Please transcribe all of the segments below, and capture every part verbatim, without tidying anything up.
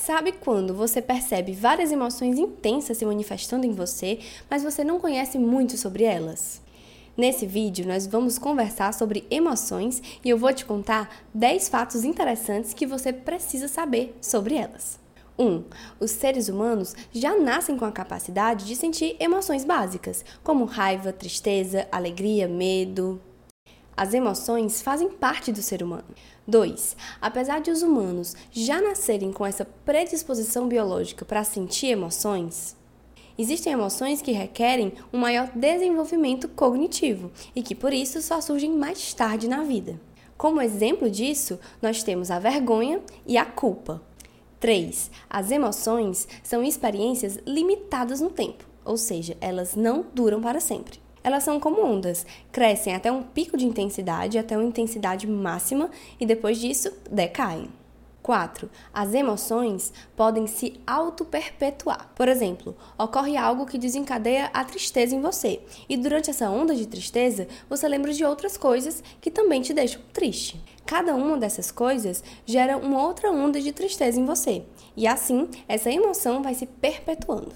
Sabe quando você percebe várias emoções intensas se manifestando em você, mas você não conhece muito sobre elas? Nesse vídeo, nós vamos conversar sobre emoções e eu vou te contar dez fatos interessantes que você precisa saber sobre elas. um. Os seres humanos já nascem com a capacidade de sentir emoções básicas, como raiva, tristeza, alegria, medo. As emoções fazem parte do ser humano. dois. Apesar de os humanos já nascerem com essa predisposição biológica para sentir emoções, existem emoções que requerem um maior desenvolvimento cognitivo e que, por isso, só surgem mais tarde na vida. Como exemplo disso, nós temos a vergonha e a culpa. três. As emoções são experiências limitadas no tempo, ou seja, elas não duram para sempre. Elas são como ondas, crescem até um pico de intensidade, até uma intensidade máxima e depois disso decaem. quatro. As emoções podem se auto-perpetuar. Por exemplo, ocorre algo que desencadeia a tristeza em você e durante essa onda de tristeza você lembra de outras coisas que também te deixam triste. Cada uma dessas coisas gera uma outra onda de tristeza em você e assim essa emoção vai se perpetuando.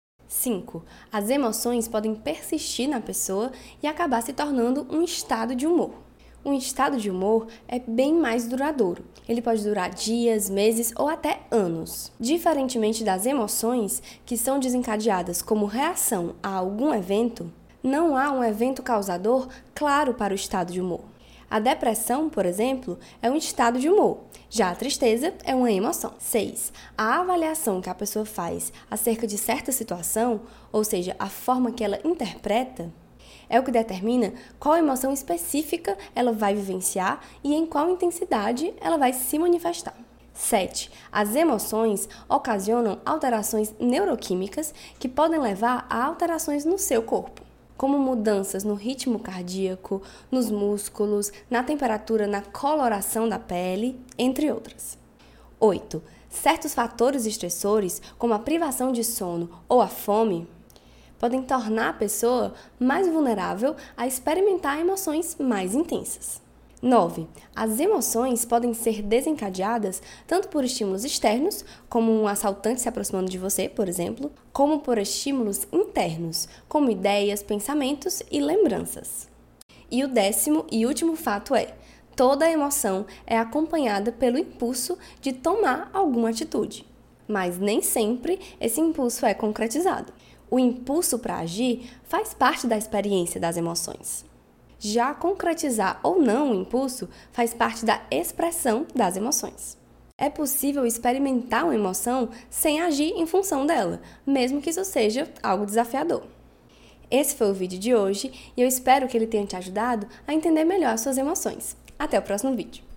cinco. As emoções podem persistir na pessoa e acabar se tornando um estado de humor. Um estado de humor é bem mais duradouro. Ele pode durar dias, meses ou até anos. Diferentemente das emoções, que são desencadeadas como reação a algum evento, não há um evento causador claro para o estado de humor. A depressão, por exemplo, é um estado de humor. Já a tristeza é uma emoção. seis. A avaliação que a pessoa faz acerca de certa situação, ou seja, a forma que ela interpreta, é o que determina qual emoção específica ela vai vivenciar e em qual intensidade ela vai se manifestar. sete. As emoções ocasionam alterações neuroquímicas que podem levar a alterações no seu corpo, como mudanças no ritmo cardíaco, nos músculos, na temperatura, na coloração da pele, entre outras. oito. Certos fatores estressores, como a privação de sono ou a fome, podem tornar a pessoa mais vulnerável a experimentar emoções mais intensas. nove. As emoções podem ser desencadeadas tanto por estímulos externos, como um assaltante se aproximando de você, por exemplo, como por estímulos internos, como ideias, pensamentos e lembranças. E o décimo e último fato é: toda emoção é acompanhada pelo impulso de tomar alguma atitude, mas nem sempre esse impulso é concretizado. O impulso para agir faz parte da experiência das emoções. Já concretizar ou não o impulso faz parte da expressão das emoções. É possível experimentar uma emoção sem agir em função dela, mesmo que isso seja algo desafiador. Esse foi o vídeo de hoje e eu espero que ele tenha te ajudado a entender melhor as suas emoções. Até o próximo vídeo.